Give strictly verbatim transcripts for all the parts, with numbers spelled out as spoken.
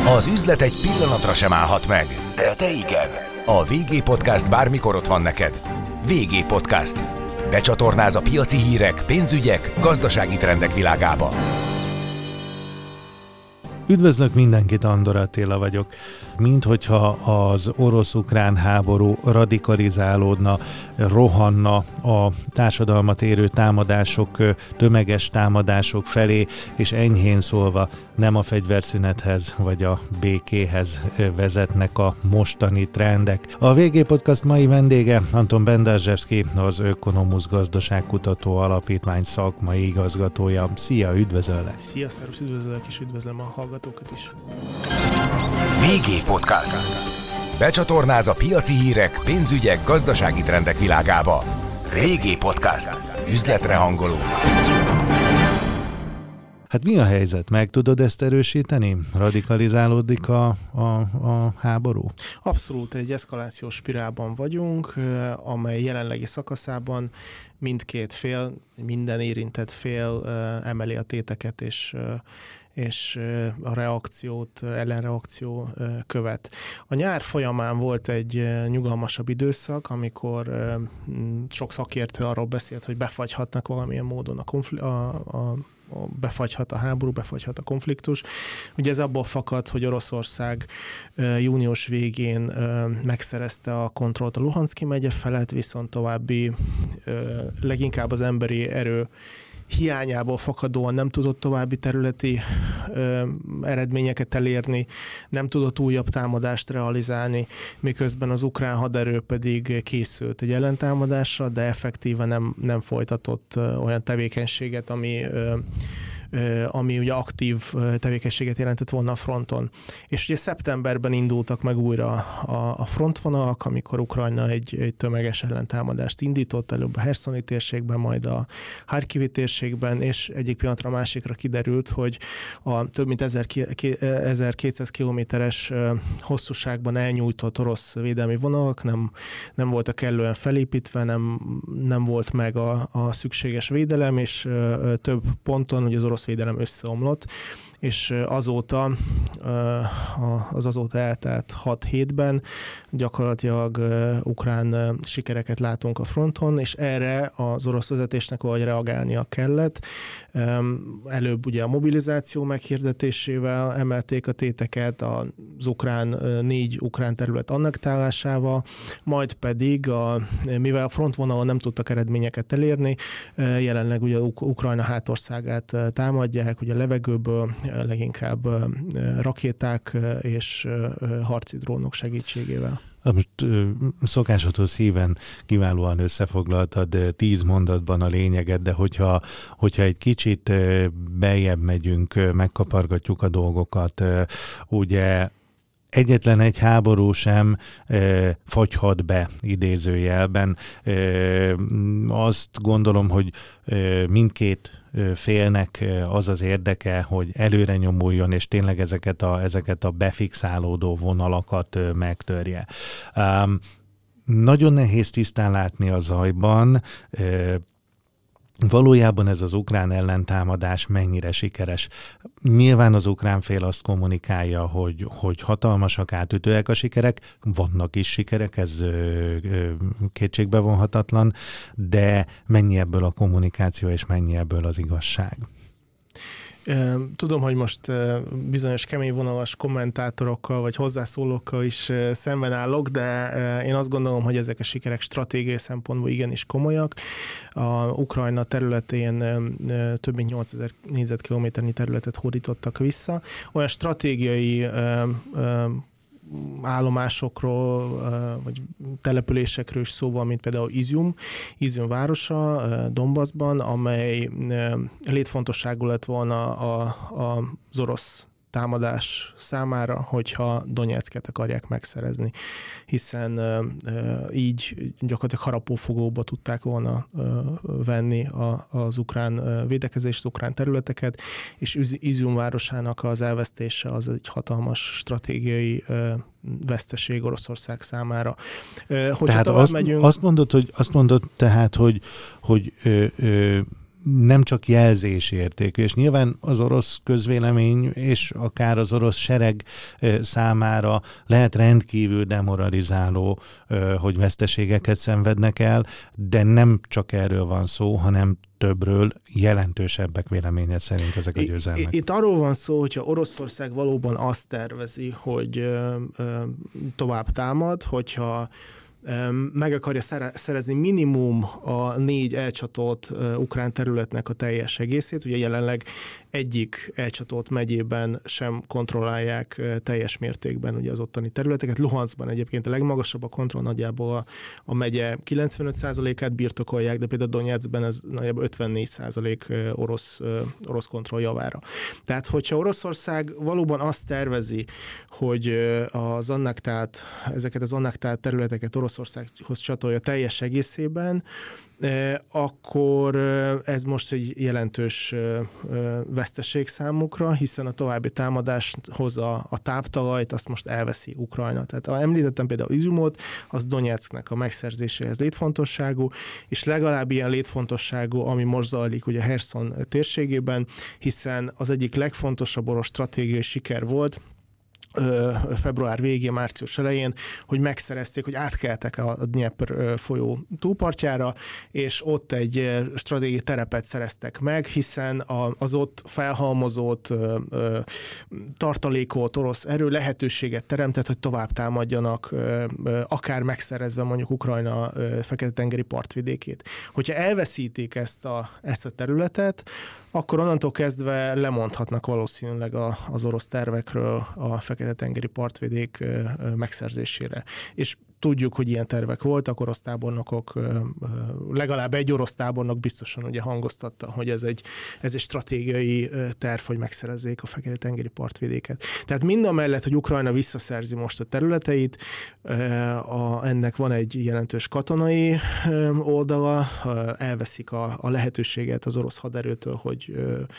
Az üzlet egy pillanatra sem állhat meg, de te igen. A vé gé Podcast bármikor ott van neked. vé gé Podcast. Becsatornáz a piaci hírek, pénzügyek, gazdasági trendek világába. Üdvözlök mindenkit, Andor Attila vagyok. Minthogyha az orosz-ukrán háború radikalizálódna, rohanna a társadalmat érő támadások, tömeges támadások felé, és enyhén szólva nem a fegyverszünethez vagy a békéhez vezetnek a mostani trendek. A vé gé Podcast mai vendége Anton Benderzsevszky, az Ökonomusz Gazdaságkutató Alapítvány szakmai igazgatója. Szia, üdvözöllek! Szia, szervusz, üdvözöllek, és üdvözlöm a hallgatókat is. vé gé Podcast. Becsatornáz a piaci hírek, pénzügyek, gazdasági trendek világába. vé gé Podcast. Üzletre hangoló. Hát mi a helyzet? Meg tudod ezt erősíteni? Radikalizálódik a, a, a háború? Abszolút egy eszkalációs spirálban vagyunk, amely jelenlegi szakaszában mindkét fél, minden érintett fél emeli a téteket, és és a reakciót, ellenreakció követ. A nyár folyamán volt egy nyugalmasabb időszak, amikor sok szakértő arról beszélt, hogy befagyhatnak valamilyen módon a, konfl- a, a befagyhat a háború, befagyhat a konfliktus. Ugye ez abból fakad, hogy Oroszország június végén megszerezte a kontrollt a Luhanszki megye felett, viszont további leginkább az emberi erő hiányából fakadóan nem tudott további területi ö, eredményeket elérni, nem tudott újabb támadást realizálni, miközben az ukrán haderő pedig készült egy ellentámadásra, de effektíven nem, nem folytatott ö, olyan tevékenységet, ami ö, ami ugye aktív tevékenységet jelentett volna a fronton. És ugye szeptemberben indultak meg újra a, a frontvonalak, amikor Ukrajna egy, egy tömeges ellentámadást indított, előbb a Herszoni térségben, majd a Harkivi térségben, és egyik pillanatra a másikra kiderült, hogy a több mint ezerkétszáz kilométeres hosszúságban elnyújtott orosz védelmi vonalak nem, nem voltak kellően felépítve, nem, nem volt meg a, a szükséges védelem, és több ponton, hogy az orosz védelem összeomlott, és azóta, az azóta eltelt hat hétben gyakorlatilag ukrán sikereket látunk a fronton, és erre az orosz vezetésnek valahogy reagálnia kellett. Előbb ugye a mobilizáció meghirdetésével emelték a téteket, az ukrán, négy ukrán terület annektálásával, majd pedig, a, mivel a frontvonalon nem tudtak eredményeket elérni, jelenleg ugye Ukrajna hátországát támadják, ugye levegőből, leginkább rakéták és harci drónok segítségével. Most szokásodhoz híven kiválóan összefoglaltad tíz mondatban a lényeget, de hogyha, hogyha egy kicsit beljebb megyünk, megkapargatjuk a dolgokat, ugye egyetlen egy háború sem e, fagyhat be idézőjelben. E, azt gondolom, hogy e, mindkét félnek az az érdeke, hogy előre nyomuljon, és tényleg ezeket a, ezeket a befixálódó vonalakat megtörje. Um, nagyon nehéz tisztán látni a zajban, e, valójában ez az ukrán ellentámadás mennyire sikeres. Nyilván az ukrán fél azt kommunikálja, hogy, hogy hatalmasak, átütőek a sikerek, vannak is sikerek, ez ö, ö, kétségbevonhatatlan, de mennyi ebből a kommunikáció, és mennyi ebből az igazság? Tudom, hogy most bizonyos keményvonalas kommentátorokkal vagy hozzászólókkal is szemben állok, de én azt gondolom, hogy ezek a sikerek stratégiai szempontból igenis komolyak. A Ukrajna területén több mint nyolcezer négyzetkilométernyi területet hódítottak vissza. Olyan stratégiai állomásokról, vagy településekről is szó van, mint például Izjum, Izjum városa Donbaszban, amely létfontosságú lett volna a, a, az orosz támadás számára, hogyha Donyecket akarják megszerezni, hiszen uh, így gyakorlatilag harapófogóba tudták volna uh, venni a, az ukrán uh, védekezést, az ukrán területeket, és Izjum városának az elvesztése az egy hatalmas stratégiai uh, veszteség Oroszország számára. Uh, tehát azt, megyünk... azt mondod, hogy azt mondod tehát, hogy, hogy ö, ö, nem csak jelzésértékű, és nyilván az orosz közvélemény és akár az orosz sereg számára lehet rendkívül demoralizáló, hogy veszteségeket szenvednek el, de nem csak erről van szó, hanem többről, jelentősebbek véleménye szerint ezek a győzelmek. Itt arról van szó, hogyha Oroszország valóban azt tervezi, hogy tovább támad, hogyha meg akarja szerezni minimum a négy elcsatolt ukrán területnek a teljes egészét. Ugye jelenleg egyik elcsatolt megyében sem kontrollálják teljes mértékben ugye az ottani területeket. Luhanszban egyébként a legmagasabb a kontroll, nagyjából a, a megye kilencvenöt százalékát birtokolják, de például Donyeckben ez nagyjából ötvennégy százalék orosz, orosz kontroll javára. Tehát, hogyha Oroszország valóban azt tervezi, hogy az annektált, ezeket az annektált területeket Oroszországhoz csatolja teljes egészében, akkor ez most egy jelentős veszteség számukra, hiszen a további támadáshoz a, a táptalajt azt most elveszi Ukrajna. Tehát ha említettem például Izumot, az Donyecknek a megszerzéséhez létfontosságú, és legalább ilyen létfontosságú, ami most zajlik ugye Herson térségében, hiszen az egyik legfontosabb orosz stratégiai siker volt, február végén, március elején, hogy megszerezték, hogy átkeltek a Dnyeper folyó túlpartjára, és ott egy stratégiai terepet szereztek meg, hiszen az ott felhalmozott, tartalékolt orosz erő lehetőséget teremtett, hogy tovább támadjanak, akár megszerezve mondjuk Ukrajna Fekete-tengeri partvidékét. Hogyha elveszítik ezt a, ezt a területet, akkor onnantól kezdve lemondhatnak valószínűleg a, az orosz tervekről a Fekete-tengeri partvidék megszerzésére. És tudjuk, hogy ilyen tervek voltak, orosz tábornokok, legalább egy orosz tábornok biztosan ugye hangoztatta, hogy ez egy, ez egy stratégiai terv, hogy megszerezzék a Fekete-tengeri partvidéket. Tehát mindamellett, hogy Ukrajna visszaszerzi most a területeit, a, ennek van egy jelentős katonai oldala, elveszik a, a lehetőséget az orosz haderőtől, hogy,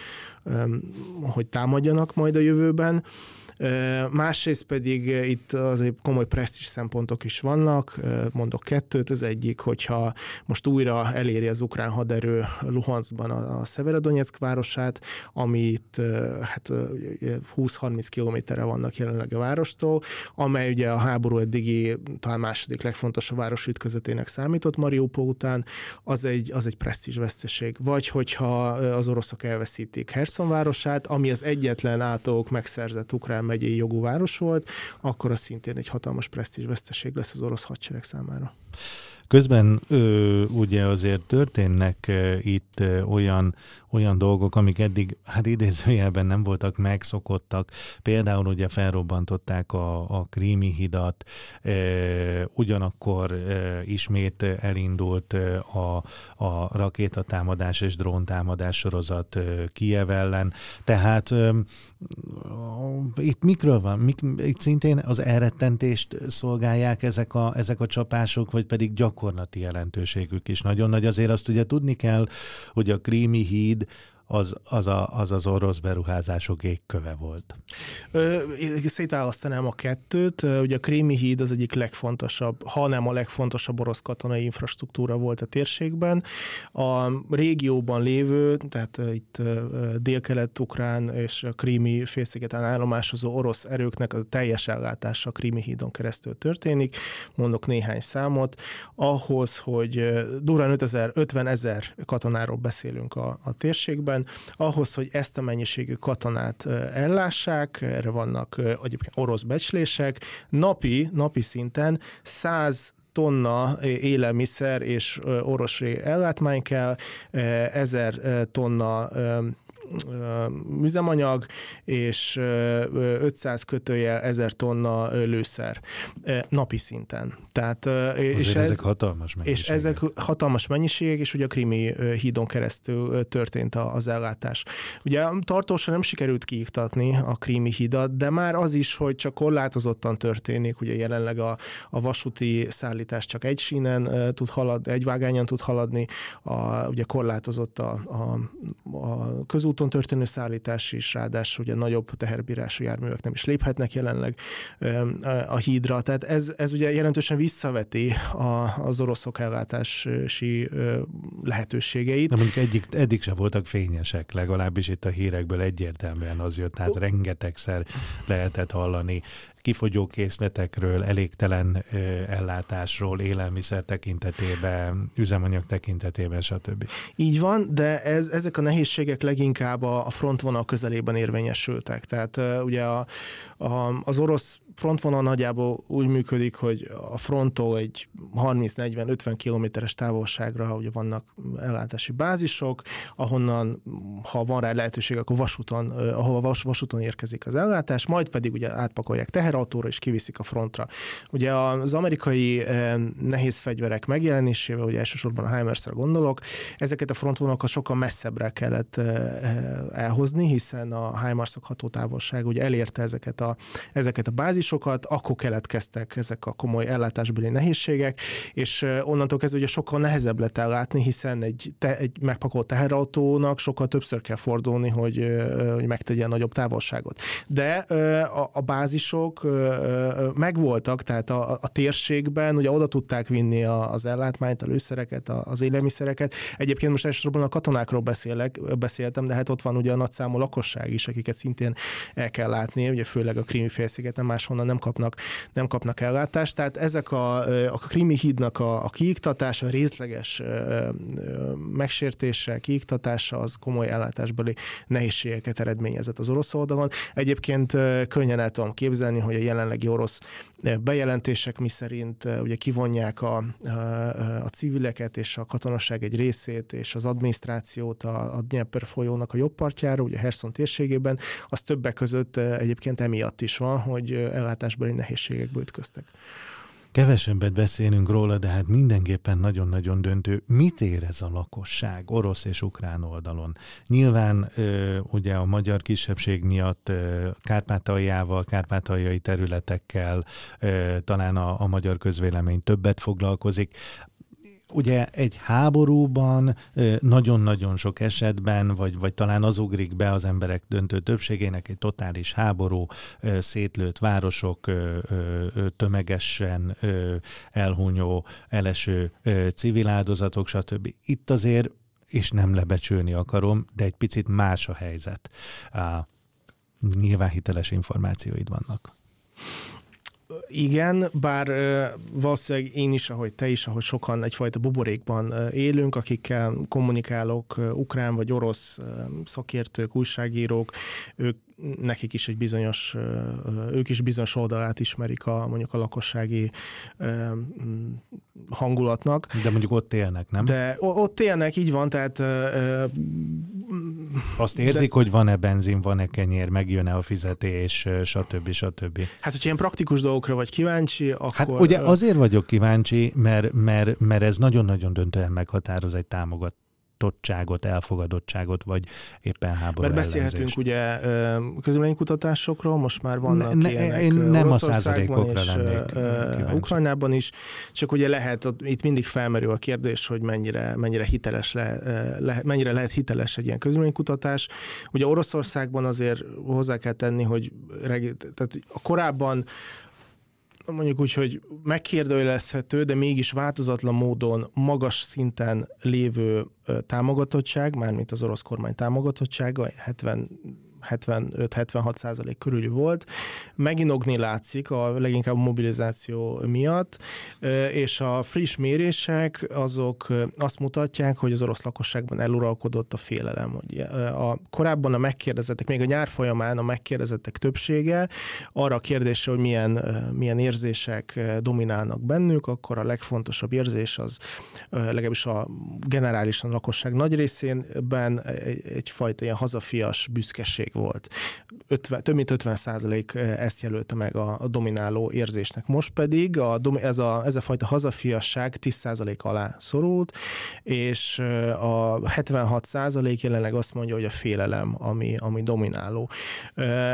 hogy támadjanak majd a jövőben. Másrészt pedig itt azért komoly presztízs szempontok is vannak, mondok kettőt, az egyik, hogyha most újra eléri az ukrán haderő Luhanszban a Szeverodonyeck városát, amit hát húsz-harminc kilométerre vannak jelenleg a várostól, amely ugye a háború eddigi talán második legfontosabb városütközetének számított Mariupol után, az egy, az egy presztízs veszteség. Vagy hogyha az oroszok elveszítik Herson városát, ami az egyetlen általuk megszerzett ukrán megyei jogú város volt, akkor az szintén egy hatalmas presztízsveszteség lesz az orosz hadsereg számára. Közben ö, ugye azért történnek ö, itt ö, olyan, olyan dolgok, amik eddig, hát idézőjelben nem voltak megszokottak. Például ugye felrobbantották a, a Krími hidat, ö, ugyanakkor ö, ismét elindult ö, a, a rakétatámadás és dróntámadás sorozat ö, Kijev ellen. Tehát ö, itt mikről van? Mik, itt szintén az elrettentést szolgálják ezek a, ezek a csapások, vagy pedig gyakorlatilag gyakorlati jelentőségük is nagyon nagy. Azért azt ugye tudni kell, hogy a Krími híd az az, a, az az orosz beruházások égköve volt. Szétválasztanám a kettőt. Ugye a Krími híd az egyik legfontosabb, ha nem a legfontosabb orosz katonai infrastruktúra volt a térségben. A régióban lévő, tehát itt délkelet-ukrán és a Krími félszigeten állomásozó orosz erőknek a teljes ellátása a Krími hídon keresztül történik. Mondok néhány számot. Ahhoz, hogy durván ötven ezer katonáról beszélünk a, a térségben, ahhoz, hogy ezt a mennyiségű katonát ellássák, erre vannak egyébként orosz becslések, napi, napi szinten száz tonna élelmiszer és orvosi ellátmány kell, ezer tonna üzemanyag, és ötszáz kötőjel ezer tonna lőszer napi szinten. Tehát, és ez, ezek hatalmas mennyiségek. És ezek hatalmas mennyiségek, és ugye a Krími hídon keresztül történt az ellátás. Ugye tartósan nem sikerült kiiktatni a Krími hídat, de már az is, hogy csak korlátozottan történik, ugye jelenleg a, a vasúti szállítás csak egy sínen tud haladni, egy vágányon tud haladni, a, ugye korlátozott a, a, a közút úton történő szállítás is, ráadásul ugye nagyobb teherbírású járművek nem is léphetnek jelenleg a hídra. Tehát ez, ez ugye jelentősen visszaveti a, az oroszok ellátási lehetőségeit. De mondjuk eddig, eddig sem voltak fényesek, legalábbis itt a hírekből egyértelműen az jött, tehát rengetegszer lehetett hallani kifogyókészletekről, elégtelen ö, ellátásról, élelmiszer tekintetében, üzemanyag tekintetében, stb. Így van, de ez, ezek a nehézségek leginkább a, a frontvonal közelében érvényesültek. Tehát uh, ugye a, a, az orosz frontvonal nagyjából úgy működik, hogy a fronttól egy harminc negyven ötven kilométeres távolságra ugye vannak ellátási bázisok, ahonnan, ha van rá lehetőség, akkor vasúton, ahova vas, vasúton érkezik az ellátás, majd pedig ugye átpakolják teherautóra és kiviszik a frontra. Ugye az amerikai nehéz fegyverek megjelenésével, ugye elsősorban a HIMARS-ra gondolok, ezeket a frontvonalakat sokkal messzebbre kellett elhozni, hiszen a HIMARS-ok hatótávolság ugye elérte ezeket a, ezeket a bázisokat, akkor keletkeztek ezek a komoly ellátásbeli nehézségek, és onnantól kezdve ugye sokkal nehezebb lett ellátni, hiszen egy, te, egy megpakolt teherautónak sokkal többször kell fordulni, hogy, hogy megtegyen nagyobb távolságot. De a, a bázisok megvoltak, tehát a, a térségben ugye oda tudták vinni az ellátmányt, a lőszereket, az élelmiszereket. Egyébként most elsősorban a katonákról beszélek, beszéltem, de hát ott van ugye a nagyszámú lakosság is, akiket szintén el kell látni, ugye főleg a Krími félszigeten máshonnan nem kapnak, nem kapnak ellátást. Tehát ezek a, a Krími hídnak a, a kiiktatása, a részleges megsértése, kiiktatása az komoly ellátásbeli nehézségeket eredményezett az orosz oldalon. Egyébként könnyen el tudom képzelni, hogy a jelenlegi orosz bejelentések miszerint ugye kivonják a, a civileket és a katonasság egy részét és az adminisztrációt a, a Dnyeper folyónak a jobb partjára, ugye Herszon térségében, az többek között egyébként emiatt is van, hogy ellátásbeli nehézségekbe ütköztek. Kevesebbet beszélünk róla, de hát mindenképpen nagyon-nagyon döntő. Mit érez a lakosság orosz és ukrán oldalon? Nyilván ugye a magyar kisebbség miatt Kárpátaljával, kárpátaljai területekkel talán a, a magyar közvélemény többet foglalkozik. Ugye egy háborúban nagyon-nagyon sok esetben, vagy, vagy talán az ugrik be az emberek döntő többségének, egy totális háború, szétlőtt városok, tömegesen elhunyó, eleső civil áldozatok, stb. Itt azért, és nem lebecsülni akarom, de egy picit más a helyzet. Nyilván hiteles információid vannak. Igen, bár valószínűleg én is, ahogy te is, ahogy sokan egyfajta buborékban élünk, akikkel kommunikálok, ukrán vagy orosz szakértők, újságírók, ők nekik is egy bizonyos, ők is bizonyos oldalát ismerik a, mondjuk a lakossági hangulatnak. De mondjuk ott élnek, nem? De ott élnek, így van, tehát... Azt érzik, de, hogy van-e benzin, van-e kenyér, megjön-e a fizetés, stb. stb. Hát, hogyha ilyen praktikus dolgokra vagy kíváncsi, akkor... Hát ugye azért vagyok kíváncsi, mert, mert, mert ez nagyon-nagyon döntően meghatároz egy támogat elfogadottságot, elfogadottságot, vagy éppen háború Mert beszélhetünk ugye közvéleménykutatásokról, most már vannak ne, ilyenek én nem a százalékokra lennék Ukrajnában is, csak ugye lehet, itt mindig felmerül a kérdés, hogy mennyire, mennyire hiteles le, le, mennyire lehet hiteles egy ilyen közvéleménykutatás. Ugye Oroszországban azért hozzá kell tenni, hogy tehát a korábban mondjuk úgy, hogy megkérdőjelezhető, de mégis változatlan módon magas szinten lévő támogatottság, mármint az orosz kormány támogatottsága, hetven hetvenöt-hetvenhat százalék körül volt. Meginogni látszik a leginkább a mobilizáció miatt, és a friss mérések azok azt mutatják, hogy az orosz lakosságban eluralkodott a félelem. A, korábban a megkérdezettek, még a nyár folyamán a megkérdezettek többsége arra a kérdésre, hogy milyen, milyen érzések dominálnak bennük, akkor a legfontosabb érzés az legalábbis a generálisan a lakosság nagy részében egyfajta ilyen hazafias büszkeség volt. ötven, több mint ötven százalék ezt jelölte meg a, a domináló érzésnek. Most pedig a, ez, a, ez a fajta hazafiasság tíz százalék alá szorult, és a hetvenhat százalék jelenleg azt mondja, hogy a félelem, ami, ami domináló.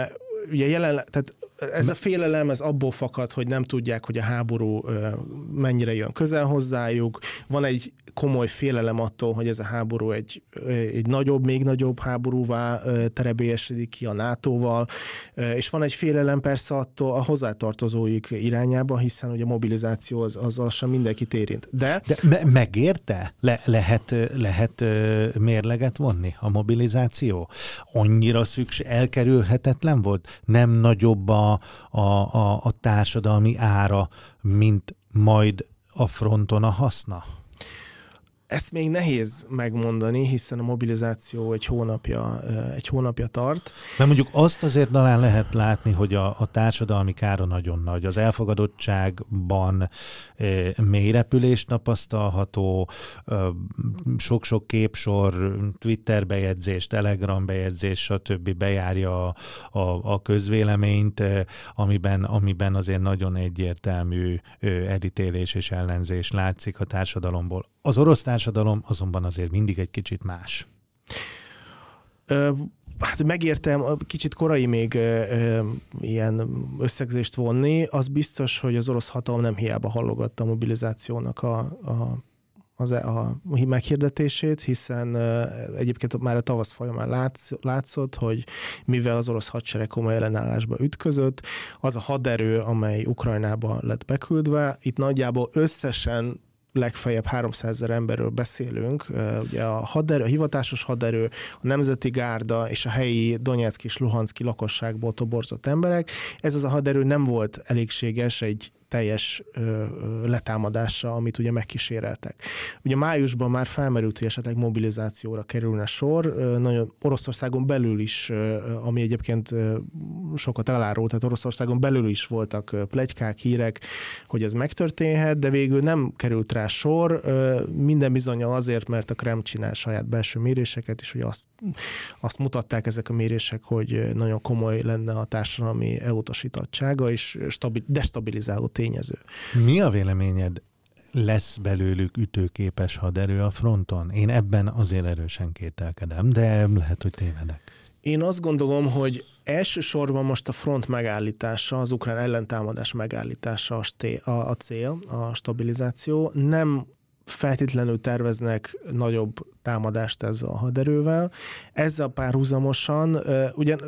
ugye jelen, tehát ez a félelem, ez abból fakad, hogy nem tudják, hogy a háború mennyire jön közel hozzájuk. Van egy komoly félelem attól, hogy ez a háború egy, egy nagyobb, még nagyobb háborúvá terebélyesedik ki a nátóval, és van egy félelem persze attól a hozzátartozóik irányába, hiszen ugye a mobilizáció az, az lassan mindenkit érint. De, De me- megérte? Le- lehet, lehet mérleget vonni a mobilizáció? Annyira szükség, elkerülhetetlen volt? Nem nagyobb a, a, a, a társadalmi ára, mint majd a fronton a haszna? Ezt még nehéz megmondani, hiszen a mobilizáció egy hónapja, egy hónapja tart. Mert mondjuk azt azért talán lehet látni, hogy a, a társadalmi kára nagyon nagy. Az elfogadottságban e, mély repülés tapasztalható, e, sok-sok képsor, Twitter bejegyzés, Telegram bejegyzés, stb. Bejárja a, a, a közvéleményt, e, amiben, amiben azért nagyon egyértelmű e, elítélés és ellenzés látszik a társadalomból. Az orosz társadalom azonban azért mindig egy kicsit más. Ö, hát megértem, kicsit korai még ö, ö, ilyen összegzést vonni. Az biztos, hogy az orosz hatalom nem hiába hallogatta a mobilizációnak a, a, az, a meghirdetését, hiszen ö, egyébként már a tavasz folyamán látsz, látszott, hogy mivel az orosz hadsereg komoly ellenállásba ütközött, az a haderő, amely Ukrajnába lett beküldve, itt nagyjából összesen legfeljebb háromszázezer emberről beszélünk. Ugye a haderő, a hivatásos haderő, a Nemzeti Gárda és a helyi Donyeck és Luhanszki lakosságból toborzott emberek. Ez az a haderő nem volt elégséges egy teljes ö, letámadása, amit ugye megkíséreltek. Ugye májusban már felmerült, hogy esetleg mobilizációra kerülne sor, ö, nagyon Oroszországon belül is, ö, ami egyébként ö, sokat elárult, tehát Oroszországon belül is voltak ö, pletykák, hírek, hogy ez megtörténhet, de végül nem került rá sor, ö, minden bizonnyal azért, mert a Kreml csinál saját belső méréseket, és ugye azt, azt mutatták ezek a mérések, hogy nagyon komoly lenne a társadalmi elutasítottsága, és stabil, destabilizáló tényező. Mi a véleményed? Lesz belőlük ütőképes haderő a fronton? Én ebben azért erősen kételkedem, de lehet, hogy tévedek. Én azt gondolom, hogy elsősorban most a front megállítása, az ukrán ellentámadás megállítása a cél, a stabilizáció. Nem feltétlenül terveznek nagyobb támadást ezzel a haderővel. Ezzel párhuzamosan ugye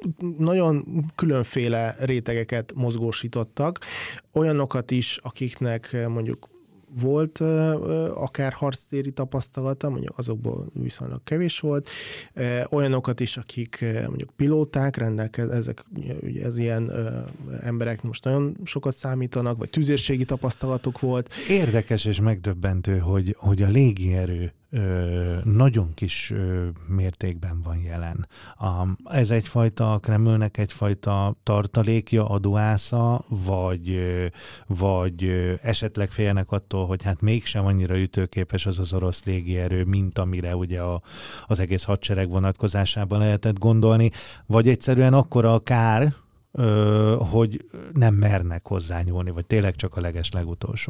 nagyon különféle rétegeket mozgósítottak, olyanokat is, akiknek mondjuk volt akár harctéri tapasztalata, mondjuk azokból viszonylag kevés volt, olyanokat is, akik mondjuk pilóták, rendelkeznek, ezek ugye ez ilyen emberek most nagyon sokat számítanak, vagy tüzérségi tapasztalatuk volt. Érdekes és megdöbbentő, hogy, hogy a légierő Ö, nagyon kis ö, mértékben van jelen. A, ez egyfajta, a Kremlnek egyfajta tartalékja, adóásza, vagy, ö, vagy ö, esetleg félnek attól, hogy hát mégsem annyira ütőképes az az orosz légierő, mint amire ugye a, az egész hadsereg vonatkozásában lehetett gondolni, vagy egyszerűen akkora a kár, Ö, hogy nem mernek hozzányúlni, vagy tényleg csak a leges legutolsó.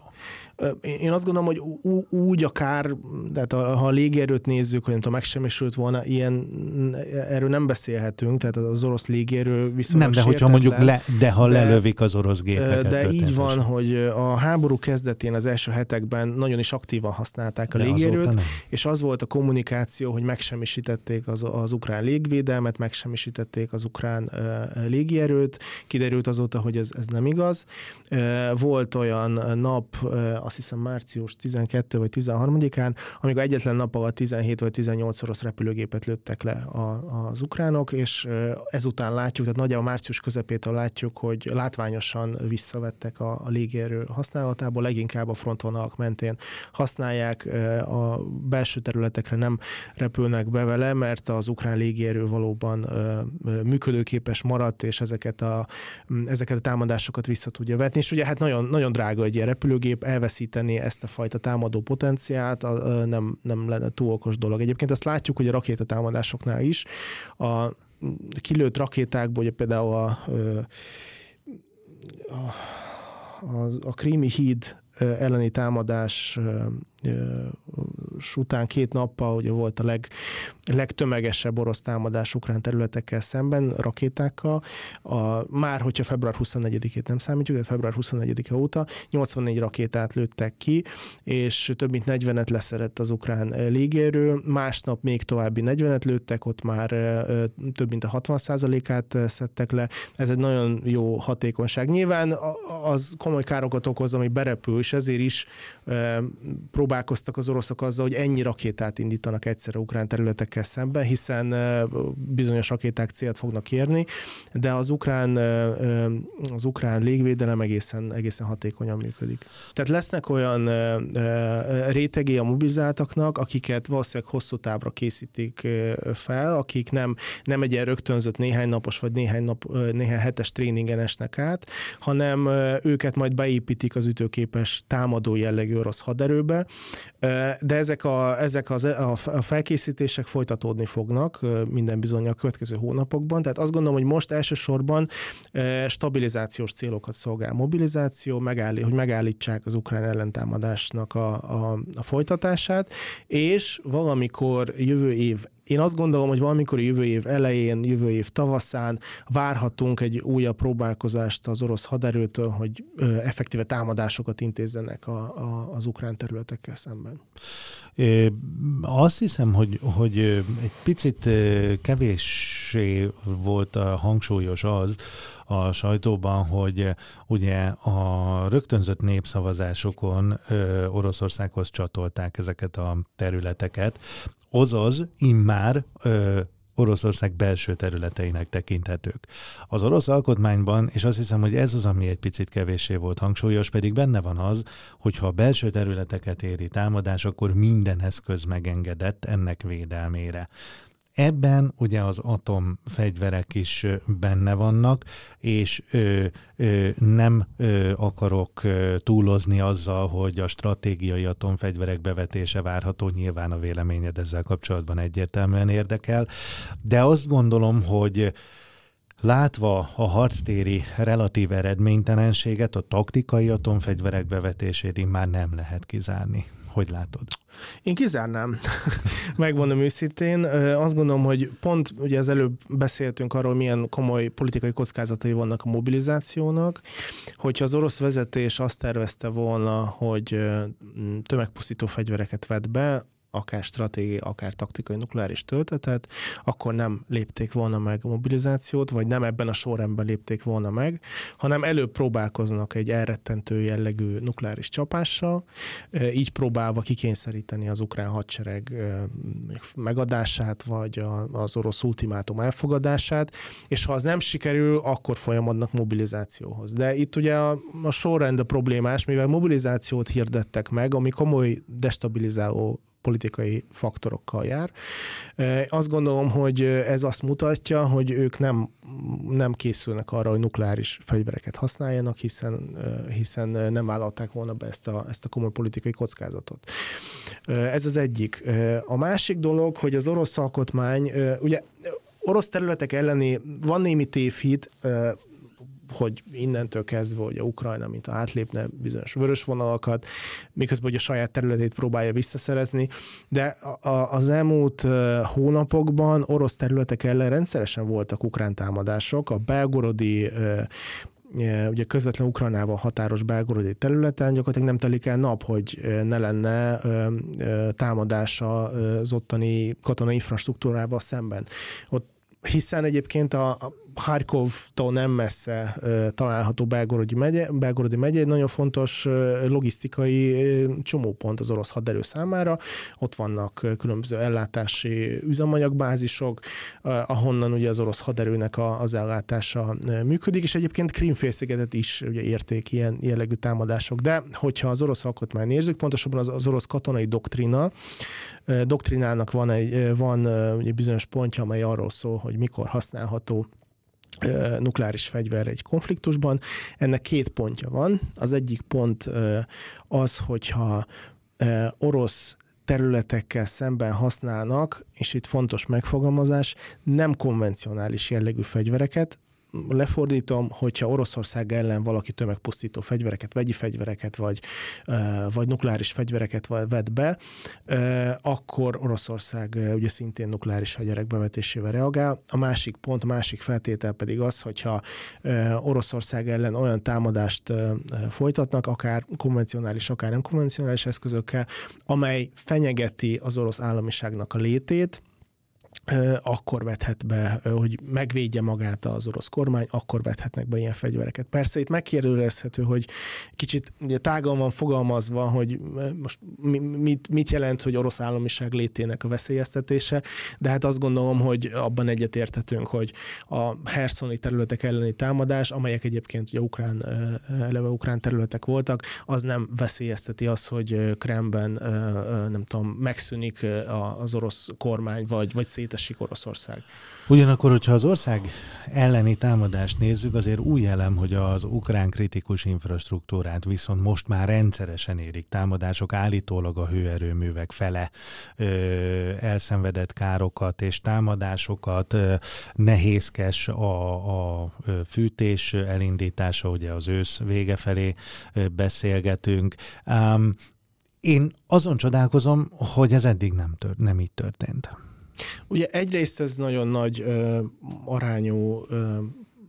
Én azt gondolom, hogy úgy akár, tehát ha a légierőt nézzük, hogy nem tudom, megsemmisült volna, ilyen, erről nem beszélhetünk, tehát az orosz légierő viszonylag Nem, de hogyha mondjuk le, de ha de, lelövik az orosz gépeket. De így van, hogy a háború kezdetén az első hetekben nagyon is aktívan használták a de légierőt, és az volt a kommunikáció, hogy megsemmisítették az, az ukrán légvédelmet, megsemmisítették az ukrán uh, légierőt. Kiderült azóta, hogy ez, ez nem igaz. Uh, volt olyan nap, uh, azt hiszem március tizenkettő vagy tizenharmadikán, amikor egyetlen nap alatt tizenhét vagy tizennyolc orosz repülőgépet lőttek le a, az ukránok, és ezután látjuk, tehát nagyjából március közepétől látjuk, hogy látványosan visszavettek a, a légierő használatából, leginkább a frontvonalak mentén használják, a belső területekre nem repülnek be vele, mert az ukrán légierő valóban működőképes maradt, és ezeket a, ezeket a támadásokat vissza tudja vetni, és ugye hát nagyon, nagyon drága egy ilyen repülőgép, elveszíteni ezt a fajta támadó potenciált nem, nem lenne túl okos dolog. Egyébként azt látjuk, hogy a rakétatámadásoknál is a kilőtt rakétákból, ugye például a, a, a, a krími híd elleni támadás után két nappal ugye volt a leg, legtömegesebb orosz támadás ukrán területekkel szemben, rakétákkal. A, már, hogyha február huszonnegyedikét nem számítjuk, de február huszonnegyedike óta nyolcvannégy rakétát lőttek ki, és több mint negyvenet leszerett az ukrán légierő. Másnap még további negyvenet lőttek, ott már több mint a hatvan százalékát szedtek le. Ez egy nagyon jó hatékonyság. Nyilván az komoly károkat okoz, ami berepül, és ezért is próbálkoztak az oroszok azzal, hogy ennyi rakétát indítanak egyszerre ukrán területekkel szemben, hiszen bizonyos rakéták célt fognak érni, de az ukrán, az ukrán légvédelem egészen, egészen hatékonyan működik. Tehát lesznek olyan rétegé a mobilizáltaknak, akiket valószínűleg hosszú távra készítik fel, akik nem, nem egy ilyen rögtönzött néhány napos vagy néhány, nap, néhány hetes tréningen esnek át, hanem őket majd beépítik az ütőképes támadó jellegű orosz haderőbe, de ezek a, ezek az, a felkészítések folytatódni fognak minden bizonnyal a következő hónapokban, tehát azt gondolom, hogy most elsősorban stabilizációs célokat szolgál mobilizáció, megállí, hogy megállítsák az ukrán ellentámadásnak a, a, a folytatását, és valamikor jövő év Én azt gondolom, hogy valamikor jövő év elején, jövő év tavaszán várhatunk egy újabb próbálkozást az orosz haderőtől, hogy effektíve támadásokat intézzenek a, a, az ukrán területekkel szemben. É, azt hiszem, hogy, hogy egy picit kevéssé volt hangsúlyos az a sajtóban, hogy ugye a rögtönzött népszavazásokon Oroszországhoz csatolták ezeket a területeket, azaz immár ö, Oroszország belső területeinek tekinthetők. Az orosz alkotmányban, és azt hiszem, hogy ez az, ami egy picit kevéssé volt hangsúlyos, pedig benne van az, hogy ha a belső területeket éri támadás, akkor minden eszköz megengedett ennek védelmére. Ebben ugye az atomfegyverek is benne vannak, és ö, ö, nem ö, akarok ö, túlozni azzal, hogy a stratégiai atomfegyverek bevetése várható, nyilván a véleményed ezzel kapcsolatban egyértelműen érdekel, de azt gondolom, hogy látva a harctéri relatív eredménytelenséget, a taktikai atomfegyverek bevetését immár nem lehet kizárni. Hogy látod? Én kizárnám, megmondom őszintén. Azt gondolom, hogy pont ugye az előbb beszéltünk arról, milyen komoly politikai kockázatai vannak a mobilizációnak, hogyha az orosz vezetés azt tervezte volna, hogy tömegpusztító fegyvereket vet be, akár stratégiai, akár taktikai nukleáris töltetet, akkor nem lépték volna meg a mobilizációt, vagy nem ebben a sorrendben lépték volna meg, hanem előbb próbálkoznak egy elrettentő jellegű nukleáris csapással, így próbálva kikényszeríteni az ukrán hadsereg megadását, vagy az orosz ultimátum elfogadását, és ha az nem sikerül, akkor folyamodnak mobilizációhoz. De itt ugye a, a sorrend a problémás, mivel mobilizációt hirdettek meg, ami komoly destabilizáló politikai faktorokkal jár. Azt gondolom, hogy ez azt mutatja, hogy ők nem, nem készülnek arra, hogy nukleáris fegyvereket használjanak, hiszen, hiszen nem vállalták volna be ezt a, ezt a komoly politikai kockázatot. Ez az egyik. A másik dolog, hogy az orosz alkotmány, ugye orosz területek elleni van némi tévhit, hogy innentől kezdve, hogy a Ukrajna, mint átlépne bizonyos vörös vonalakat, miközben hogy a saját területét próbálja visszaszerezni, de a, a, az elmúlt hónapokban orosz területek ellen rendszeresen voltak ukrán támadások, a belgorodi ugye közvetlen Ukrajnával határos belgorodi területen gyakorlatilag nem telik el nap, hogy ne lenne támadása az ottani katonai infrastruktúrával szemben. Ott hiszen egyébként a, a Harkovtól nem messze uh, található Belgorodi megye, Belgorodi megye egy nagyon fontos uh, logisztikai uh, csomópont az orosz haderő számára. Ott vannak uh, különböző ellátási üzemanyagbázisok, uh, ahonnan ugye az orosz haderőnek a, az ellátása uh, működik, és egyébként Krím-félszigetet is ugye érték ilyen jellegű támadások. De hogyha az orosz alkotmány nézzük, pontosabban az, az orosz katonai doktrina, uh, doktrinának van egy van, uh, egy bizonyos pontja, amely arról szól, hogy mikor használható nukleáris fegyver egy konfliktusban. Ennek két pontja van. Az egyik pont az, hogyha orosz területekkel szemben használnak, és itt fontos megfogalmazás, nem konvencionális jellegű fegyvereket, lefordítom, hogyha Oroszország ellen valaki tömegpusztító fegyvereket, vegyi fegyvereket, vagy, vagy nukleáris fegyvereket vet be, akkor Oroszország ugye szintén nukleáris fegyverek bevetésével reagál. A másik pont, a másik feltétel pedig az, hogyha Oroszország ellen olyan támadást folytatnak, akár konvencionális, akár nem konvencionális eszközökkel, amely fenyegeti az orosz államiságnak a létét, akkor vethet be, hogy megvédje magát az orosz kormány, akkor vethetnek be ilyen fegyvereket. Persze itt megkérdőjelezhető, hogy kicsit ugye, tágan van fogalmazva, hogy most mit, mit jelent, hogy orosz államiság létének a veszélyeztetése, de hát azt gondolom, hogy abban egyetérthetünk, hogy a herszoni területek elleni támadás, amelyek egyébként ugye ukrán, eleve ukrán területek voltak, az nem veszélyezteti azt, hogy Kremlben nem tudom, megszűnik az orosz kormány, vagy, vagy szétesik Oroszország. Ugyanakkor, hogyha az ország elleni támadást nézzük, azért új elem, hogy az ukrán kritikus infrastruktúrát viszont most már rendszeresen érik támadások, állítólag a hőerőművek fele ö, elszenvedett károkat és támadásokat, ö, nehézkes a, a fűtés elindítása, ugye az ősz vége felé ö, beszélgetünk. Um, én azon csodálkozom, hogy ez eddig nem, tört, nem így történt. Ugye egyrészt ez nagyon nagy ö, arányú ö,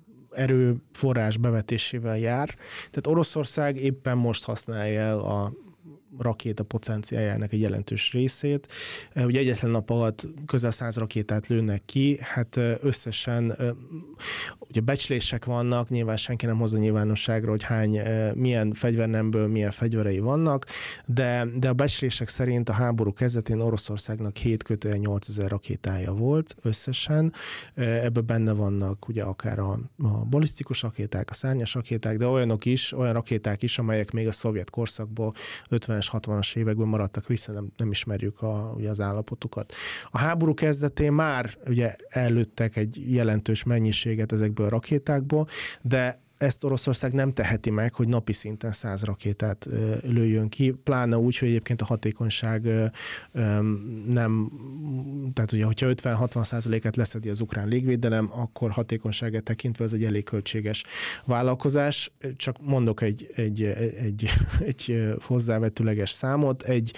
erőforrás bevetésével jár. Tehát Oroszország éppen most használja el a rakéta potenciáljának egy jelentős részét. Ugye egyetlen nap alatt közel száz rakétát lőnek ki, hát összesen ugye becslések vannak, nyilván senki nem hozza nyilvánosságra, hogy hány, milyen fegyvernemből milyen fegyverei vannak, de, de a becslések szerint a háború kezdetén Oroszországnak hét kötően nyolcezer rakétája volt összesen. Ebben benne vannak ugye akár a, a balisztikus rakéták, a szárnyas rakéták, de olyanok is, olyan rakéták is, amelyek még a szovjet korszakból ötvenes, hatvanas években maradtak vissza, nem, nem ismerjük a, ugye az állapotukat. A háború kezdetén már ugye előttek egy jelentős mennyiséget ezekből a rakétákból, de ezt Oroszország nem teheti meg, hogy napi szinten száz rakétát ö, lőjön ki, pláne úgy, hogy egyébként a hatékonyság ö, ö, nem, tehát ugye, hogyha ötven-hatvan százalékát leszedi az ukrán légvédelem, akkor hatékonyságát tekintve ez egy elég költséges vállalkozás. Csak mondok egy, egy, egy, egy hozzávetőleges számot, egy,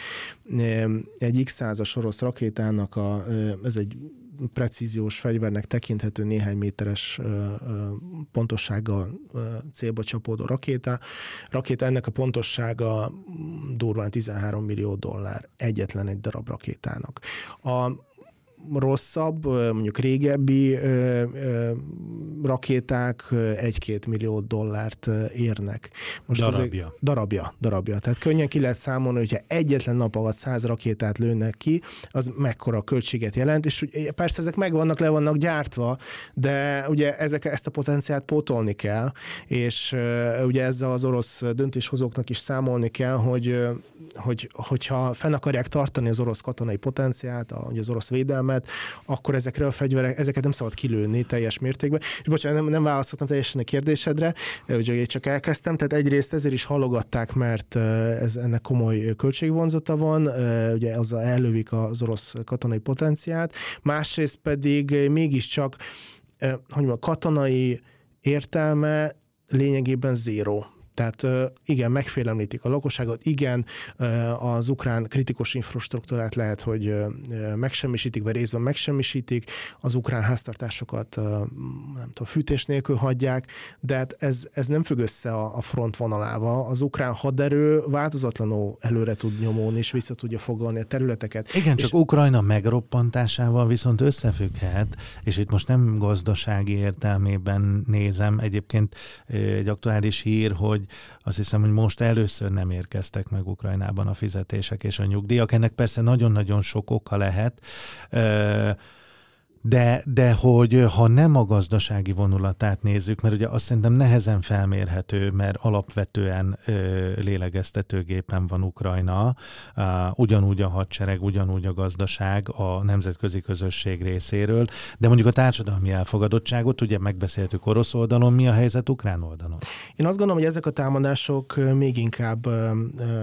egy X százas orosz rakétának, a, ez egy precíziós fegyvernek tekinthető néhány méteres ö, ö, pontossággal ö, célba csapódó rakéta. Rakéta ennek a pontossága durván tizenhárom millió dollár egyetlen egy darab rakétának. A rosszabb, mondjuk régebbi ö, ö, rakéták egy-két millió dollárt érnek. Most darabja. Azért, darabja. Darabja. Tehát könnyen ki lehet számolni, hogyha egyetlen nap alatt száz rakétát lőnek ki, az mekkora költséget jelent, és persze ezek megvannak, le vannak gyártva, de ugye ezek, ezt a potenciált pótolni kell, és ö, ugye ezzel az orosz döntéshozóknak is számolni kell, hogy, hogy hogyha fenn akarják tartani az orosz katonai potenciált, a, ugye az orosz védelmet, akkor ezekre a fegyverek, ezeket nem szabad kilőni teljes mértékben. És bocsánat, nem, nem válaszoltam teljesen a kérdésedre, ugye csak elkezdtem, tehát egyrészt ezért is halogatták, mert ez, ennek komoly költségvonzata van, ugye azzal ellövik az orosz katonai potenciált, másrészt pedig mégiscsak, hogy mondjam, a katonai értelme lényegében zéró. Tehát igen, megfélemlítik a lakosságot, igen, az ukrán kritikus infrastruktúrát lehet, hogy megsemmisítik, vagy részben megsemmisítik, az ukrán háztartásokat nem tudom, fűtés nélkül hagyják, de hát ez, ez nem függ össze a front vonalával. Az ukrán haderő változatlanul előre tud nyomulni, és vissza tudja foglalni a területeket. Igen, és csak Ukrajna megroppantásával viszont összefügghet, és itt most nem gazdasági értelmében nézem, egyébként egy aktuális hír, hogy azt hiszem, hogy most először nem érkeztek meg Ukrajnában a fizetések és a nyugdíjak. Ennek persze nagyon-nagyon sok oka lehet, de, de hogy ha nem a gazdasági vonulatát nézzük, mert ugye azt szerintem nehezen felmérhető, mert alapvetően lélegeztetőgépen van Ukrajna, ugyanúgy a hadsereg, ugyanúgy a gazdaság a nemzetközi közösség részéről, de mondjuk a társadalmi elfogadottságot, ugye megbeszéltük orosz oldalon, mi a helyzet ukrán oldalon? Én azt gondolom, hogy ezek a támadások még inkább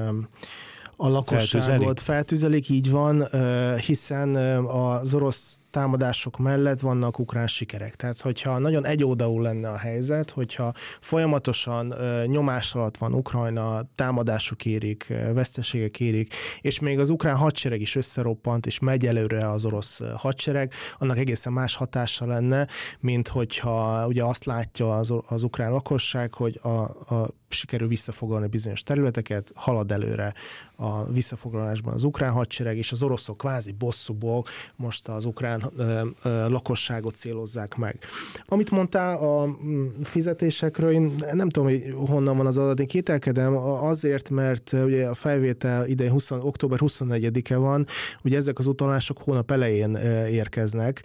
a lakosságot feltüzelik, így van, hiszen az orosz támadások mellett vannak ukrán sikerek. Tehát, hogyha nagyon egyoldalú lenne a helyzet, hogyha folyamatosan nyomás alatt van Ukrajna, támadások érik, veszteségek érik, és még az ukrán hadsereg is összeroppant, és megy előre az orosz hadsereg, annak egészen más hatása lenne, mint hogyha ugye azt látja az, az ukrán lakosság, hogy a, a sikerül visszafoglalni bizonyos területeket, halad előre a visszafoglalásban az ukrán hadsereg, és az oroszok kvázi bosszúból most az ukrán ö, ö, lakosságot célozzák meg. Amit mondtál a fizetésekről, én nem tudom, hogy honnan van az adat, én kételkedem azért, mert ugye a felvétel idején húsz, október huszonnegyedike van, ugye ezek az utalások hónap elején érkeznek,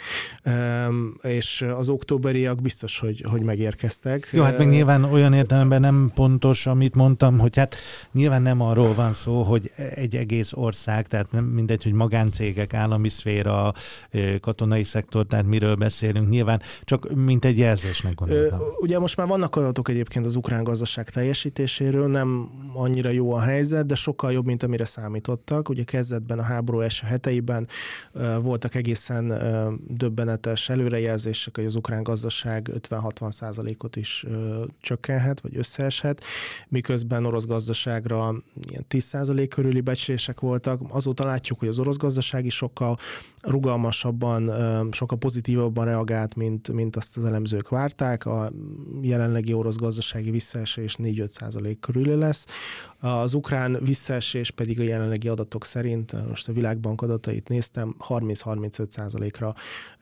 és az októberiak biztos, hogy, hogy megérkeztek. Jó, hát meg nyilván olyan értelemben nem pontos, amit mondtam, hogy hát nyilván nem arról van szó, hogy egy egész ország, tehát nem mindegy, hogy magáncégek, állami szféra, katonai szektor, tehát miről beszélünk, nyilván csak mint egy jelzésnek gondoltam. Ugye most már vannak adatok egyébként az ukrán gazdaság teljesítéséről, nem annyira jó a helyzet, de sokkal jobb, mint amire számítottak. Ugye kezdetben a háború első heteiben voltak egészen döbbenetes előrejelzések, hogy az ukrán gazdaság ötven-hatvan százalékot is csökkenhet, vagy összeeshet, miközben orosz gazdaságra ilyen tíz százalék körüli becslések voltak. Azóta látjuk, hogy az orosz gazdaság is sokkal rugalmasabban, sokkal pozitívabban reagált, mint, mint azt az elemzők várták. A jelenlegi orosz gazdasági visszaesés négy-öt százalék körül lesz. Az ukrán visszaesés pedig a jelenlegi adatok szerint, most a Világbank adatait néztem, harminc-harmincöt százalékra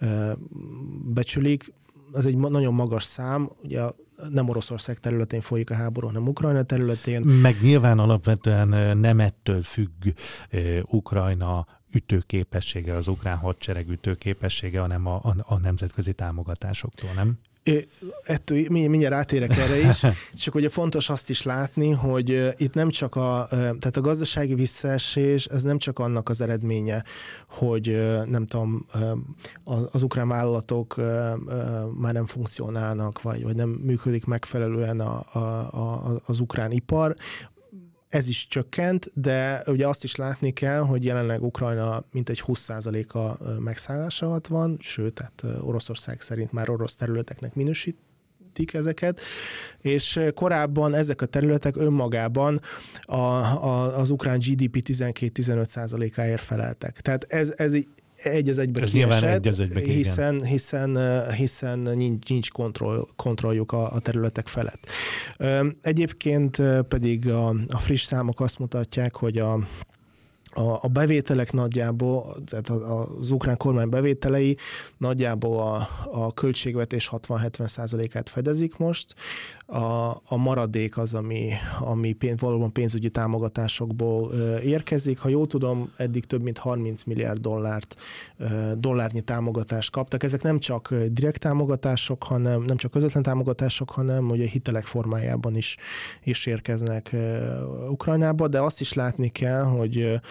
becsülik. Ez egy nagyon magas szám, ugye nem Oroszország területén folyik a háború, hanem Ukrajna területén. Meg nyilván alapvetően nem ettől függ Ukrajna ütőképessége, az ukrán hadsereg ütőképessége, hanem a, a, a nemzetközi támogatásoktól, nem? Ettől mindjárt átérek erre is, csak ugye fontos azt is látni, hogy itt nem csak a, tehát a gazdasági visszaesés, ez nem csak annak az eredménye, hogy nem tudom, az ukrán vállalatok már nem funkcionálnak, vagy, vagy nem működik megfelelően a, a, a, az ukrán ipar. Ez is csökkent, de ugye azt is látni kell, hogy jelenleg Ukrajna mintegy húsz százaléka megszállása alatt van, sőt, tehát Oroszország szerint már orosz területeknek minősítik ezeket, és korábban ezek a területek önmagában a, a, az ukrán gé dé pé tizenkét-tizenöt százalékáért feleltek. Tehát ez, ez egy az egybe kiesett, hiszen, hiszen, hiszen nincs, nincs kontroll, kontrolljuk a, a területek felett. Egyébként pedig a, a friss számok azt mutatják, hogy a A, a bevételek nagyjából, tehát az ukrán kormány bevételei nagyjából a, a költségvetés hatvan-hetven százalékát fedezik most. A, a maradék az, ami, ami pénz, valóban pénzügyi támogatásokból érkezik. Ha jól tudom, eddig több mint harminc milliárd dollárt, dollárnyi támogatást kaptak. Ezek nem csak direkt támogatások, hanem nem csak közvetlen támogatások, hanem ugye hitelek formájában is, is érkeznek Ukrajnába, de azt is látni kell, hogy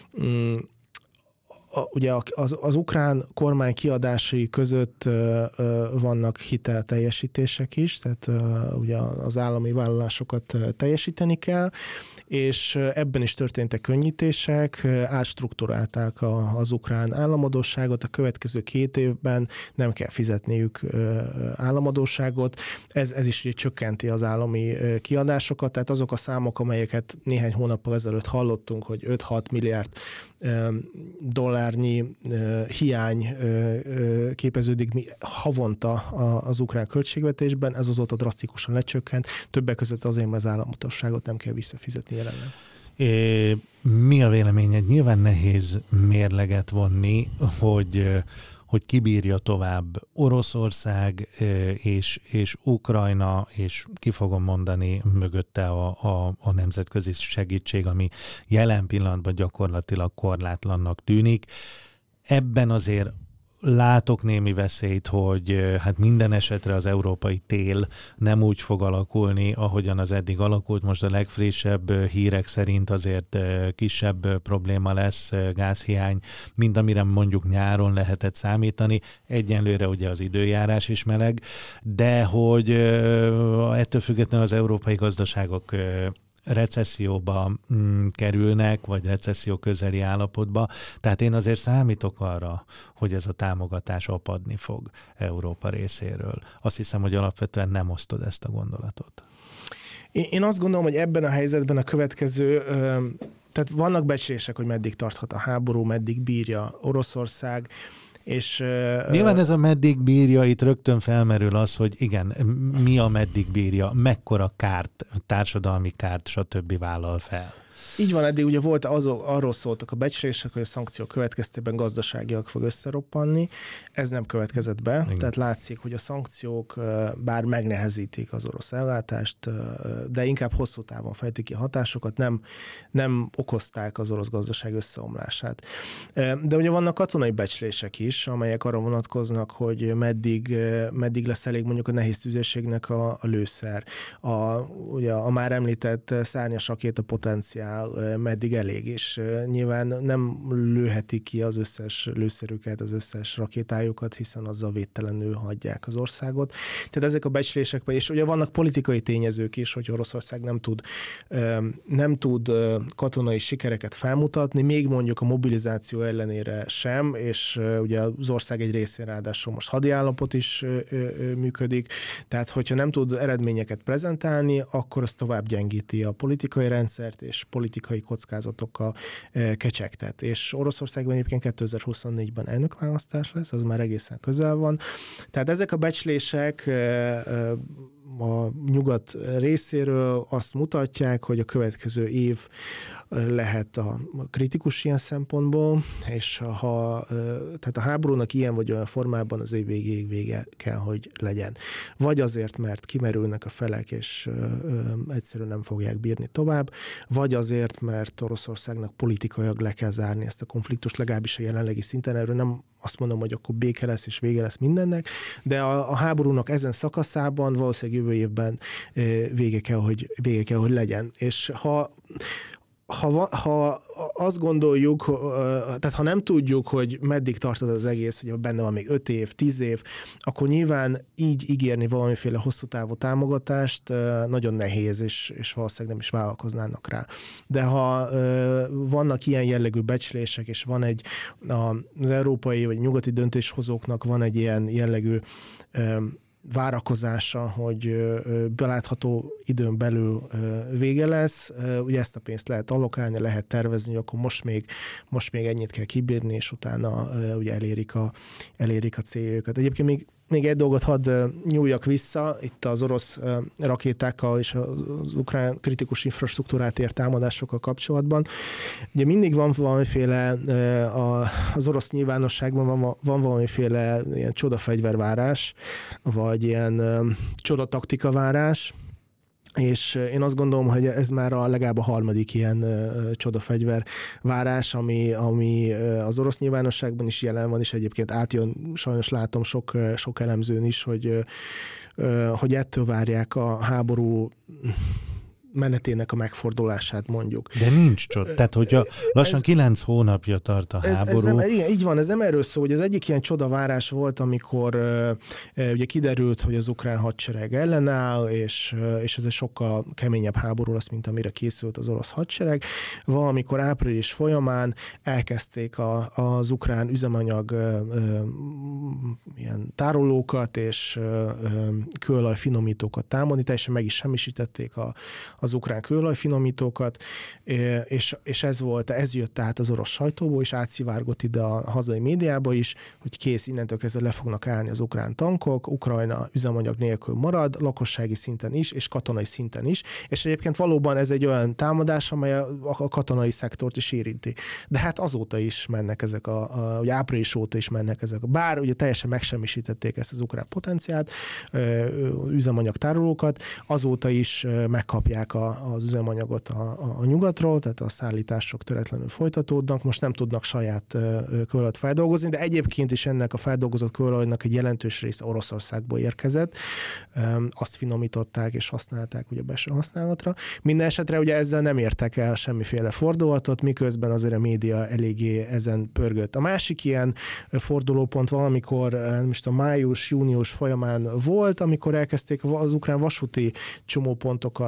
A, ugye az, az ukrán kormány kiadásai között uh, uh, vannak hitelteljesítések is, tehát uh, ugye az állami vállalásokat uh, teljesíteni kell, és uh, ebben is történtek könnyítések, uh, átstruktúrálták a, az ukrán államadósságot, a következő két évben nem kell fizetniük uh, államadósságot, ez, ez is ugye csökkenti az állami uh, kiadásokat, tehát azok a számok, amelyeket néhány hónappal ezelőtt hallottunk, hogy öt-hat milliárd uh, dollárnyi uh, hiány uh, képeződik havonta az ukrán költségvetésben, ez azóta drasztikusan lecsökkent, többek között azért, mert az államadósságot nem kell visszafizetni jelenleg. É, mi a véleményed? Nyilván nehéz mérleget vonni, hogy, hogy kibírja tovább Oroszország és, és Ukrajna, és ki fogom mondani mögötte a, a, a nemzetközi segítség, ami jelen pillanatban gyakorlatilag korlátlannak tűnik. Ebben azért látok némi veszélyt, hogy hát minden esetre az európai tél nem úgy fog alakulni, ahogyan az eddig alakult. Most a legfrissebb hírek szerint azért kisebb probléma lesz, gázhiány, mint amire mondjuk nyáron lehetett számítani. Egyenlőre ugye az időjárás is meleg, de hogy ettől függetlenül az európai gazdaságok recesszióba mm, kerülnek, vagy recesszió közeli állapotba. Tehát én azért számítok arra, hogy ez a támogatás apadni fog Európa részéről. Azt hiszem, hogy alapvetően nem osztod ezt a gondolatot. Én azt gondolom, hogy ebben a helyzetben a következő, tehát vannak becslések, hogy meddig tarthat a háború, meddig bírja Oroszország, és... Nyilván ez a meddig bírja, itt rögtön felmerül az, hogy igen, mi a meddig bírja, mekkora kárt, társadalmi kárt, stb. Vállal fel. Így van, eddig ugye volt, az, arról szóltak a becslések, hogy a szankciók következtében gazdaságiak fog összeroppanni. Ez nem következett be, igen. Tehát látszik, hogy a szankciók bár megnehezítik az orosz ellátást, de inkább hosszú távon fejtik ki a hatásokat, nem, nem okozták az orosz gazdaság összeomlását. De ugye vannak katonai becslések is, amelyek arra vonatkoznak, hogy meddig, meddig lesz elég mondjuk a nehéz tüzérségnek a, a lőszer. A, ugye a már említett szárnyas rakéta potenciál meddig elég, és nyilván nem lőhetik ki az összes lőszerüket, az összes rakétájukat, hiszen azzal védtelenül hagyják az országot. Tehát ezek a becslések, és ugye vannak politikai tényezők is, hogy Oroszország nem tud, nem tud katonai sikereket felmutatni, még mondjuk a mobilizáció ellenére sem, és ugye az ország egy részén ráadásul most hadiállapot is működik, tehát hogyha nem tud eredményeket prezentálni, akkor az tovább gyengíti a politikai rendszert, és politikai kockázatokkal kecsegtet. És Oroszországban egyébként kétezer-huszonnégyben elnökválasztás lesz, az már egészen közel van. Tehát ezek a becslések a nyugat részéről azt mutatják, hogy a következő év lehet a kritikus ilyen szempontból, és ha tehát a háborúnak ilyen vagy olyan formában az év végéig vége kell, hogy legyen. Vagy azért, mert kimerülnek a felek, és egyszerűen nem fogják bírni tovább, vagy azért, mert Oroszországnak politikailag le kell zárni ezt a konfliktust, legalábbis a jelenlegi szinten. Erről nem azt mondom, hogy akkor béke lesz és vége lesz mindennek, de a, a háborúnak ezen szakaszában valószínűleg jövő évben vége kell, hogy, vége kell, hogy legyen. És ha Ha, ha azt gondoljuk, tehát ha nem tudjuk, hogy meddig tartod az egész, hogy benne van még öt év, tíz év, akkor nyilván így ígérni valamiféle hosszú távú támogatást nagyon nehéz, és, és valószínűleg nem is vállalkoznának rá. De ha vannak ilyen jellegű becslések, és van egy az európai vagy nyugati döntéshozóknak van egy ilyen jellegű várakozása, hogy belátható időn belül vége lesz. Ugye ezt a pénzt lehet allokálni, lehet tervezni, hogy akkor most még, most még ennyit kell kibírni, és utána ugye elérik a, elérik a céljukat. Egyébként még Még egy dolgot hadd nyúljak vissza, itt az orosz rakétákkal és az ukrán kritikus infrastruktúrát ért támadásokkal kapcsolatban. Ugye mindig van valamiféle, az orosz nyilvánosságban van, van valamiféle ilyen csodafegyvervárás, vagy ilyen csodataktikavárás, és én azt gondolom, hogy ez már a legalább a harmadik ilyen uh, csodafegyver várás, ami, ami uh, az orosz nyilvánosságban is jelen van, és egyébként átjön, sajnos látom sok, sok elemzőn is, hogy, uh, hogy ettől várják a háború menetének a megfordulását mondjuk. De nincs csoda. Tehát, hogyha lassan kilenc hónapja tart a ez, háború. Ez nem, igen, így van, ez nem erről szól, hogy az egyik ilyen csodavárás volt, amikor uh, ugye kiderült, hogy az ukrán hadsereg ellenáll, és, uh, és ez egy sokkal keményebb háború lesz, mint amire készült az orosz hadsereg. Valamikor április folyamán elkezdték a, az ukrán üzemanyag uh, uh, ilyen tárolókat és uh, uh, kőolajfinomítókat támadni, teljesen meg is semmisítették a az ukrán kőolajfinomítókat, és, és ez volt, ez jött tehát az orosz sajtóból, és átszivárgott ide a hazai médiába is, hogy kész, innentől kezdve le fognak állni az ukrán tankok, Ukrajna üzemanyag nélkül marad, lakossági szinten is, és katonai szinten is, és egyébként valóban ez egy olyan támadás, amely a, a katonai szektort is érinti. De hát azóta is mennek ezek, a, a, ugye április óta is mennek ezek. Bár ugye teljesen megsemmisítették ezt az ukrán potenciált, üzemanyag tárolókat, azóta is megkapják a, az üzemanyagot a, a, a nyugatról, tehát a szállítások töretlenül folytatódnak, most nem tudnak saját kőolajat feldolgozni, de egyébként is ennek a feldolgozott kőolajnak egy jelentős része Oroszországból érkezett, azt finomították és használták ugye belső használatra. Minden esetre ugye ezzel nem értek el semmiféle fordulatot, miközben azért a média eléggé ezen pörgött. A másik ilyen fordulópont valamikor, nem is tudom, május, június folyamán volt, amikor elkezdték az ukrán vasúti csomópontokat, vasúti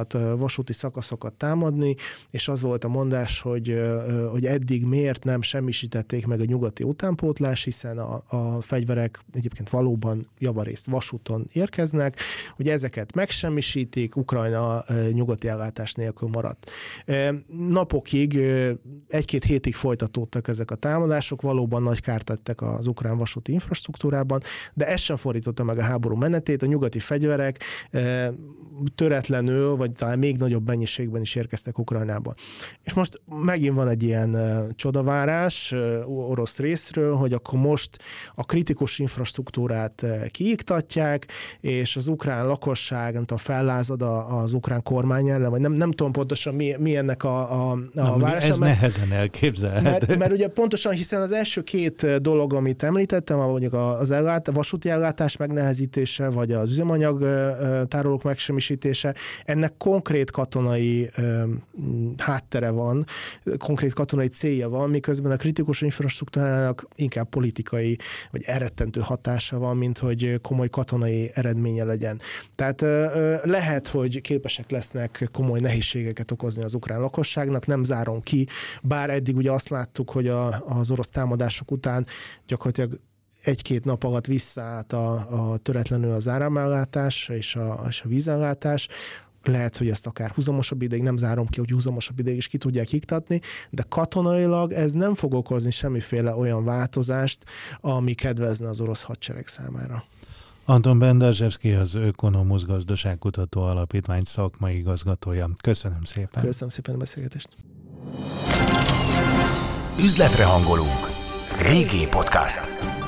vasúti szakaszokat támadni, és az volt a mondás, hogy, hogy eddig miért nem semmisítették meg a nyugati utánpótlás, hiszen a, a fegyverek egyébként valóban javarészt vasúton érkeznek, hogy ezeket megsemmisítik, Ukrajna nyugati ellátás nélkül maradt. Napokig, egy-két hétig folytatódtak ezek a támadások, valóban nagy kárt tettek az ukrán vasúti infrastruktúrában, de ez sem fordította meg a háború menetét, a nyugati fegyverek töretlenül, vagy talán még nagyobb mennyiségben is érkeztek Ukrajnába. És most megint van egy ilyen csodavárás orosz részről, hogy akkor most a kritikus infrastruktúrát kiiktatják, és az ukrán lakosság, nem tudom, fellázad az ukrán kormány ellen, vagy nem, nem tudom pontosan mi, mi ennek a, a, a várása. Ez mert, nehezen elképzelhető. Mert, mert ugye pontosan, hiszen az első két dolog, amit említettem, mondjuk az ellát, a vasúti ellátás megnehezítése, vagy az üzemanyag tárolók megsemmisítése, ennek konkrét katonai háttere van, konkrét katonai célja van, miközben a kritikus infrastruktúrának inkább politikai, vagy elrettentő hatása van, mint hogy komoly katonai eredménye legyen. Tehát lehet, hogy képesek lesznek komoly nehézségeket okozni az ukrán lakosságnak, nem zárom ki, bár eddig ugye azt láttuk, hogy a, az orosz támadások után gyakorlatilag egy-két nap alatt visszaállt a, a töretlenül az áramellátás és a, és a vízellátás. Lehet, hogy ezt akár húzamosabb ideig, nem zárom ki, hogy húzamosabb ideig is ki tudják iktatni, de katonailag ez nem fog okozni semmiféle olyan változást, ami kedvezne az orosz hadsereg számára. Anton Benderzsevszky, az Ökonomusz Gazdaságkutató Alapítvány szakmai igazgatója. Köszönöm szépen. Köszönöm szépen a beszélgetést. Üzletre hangolunk. vé gé Podcast.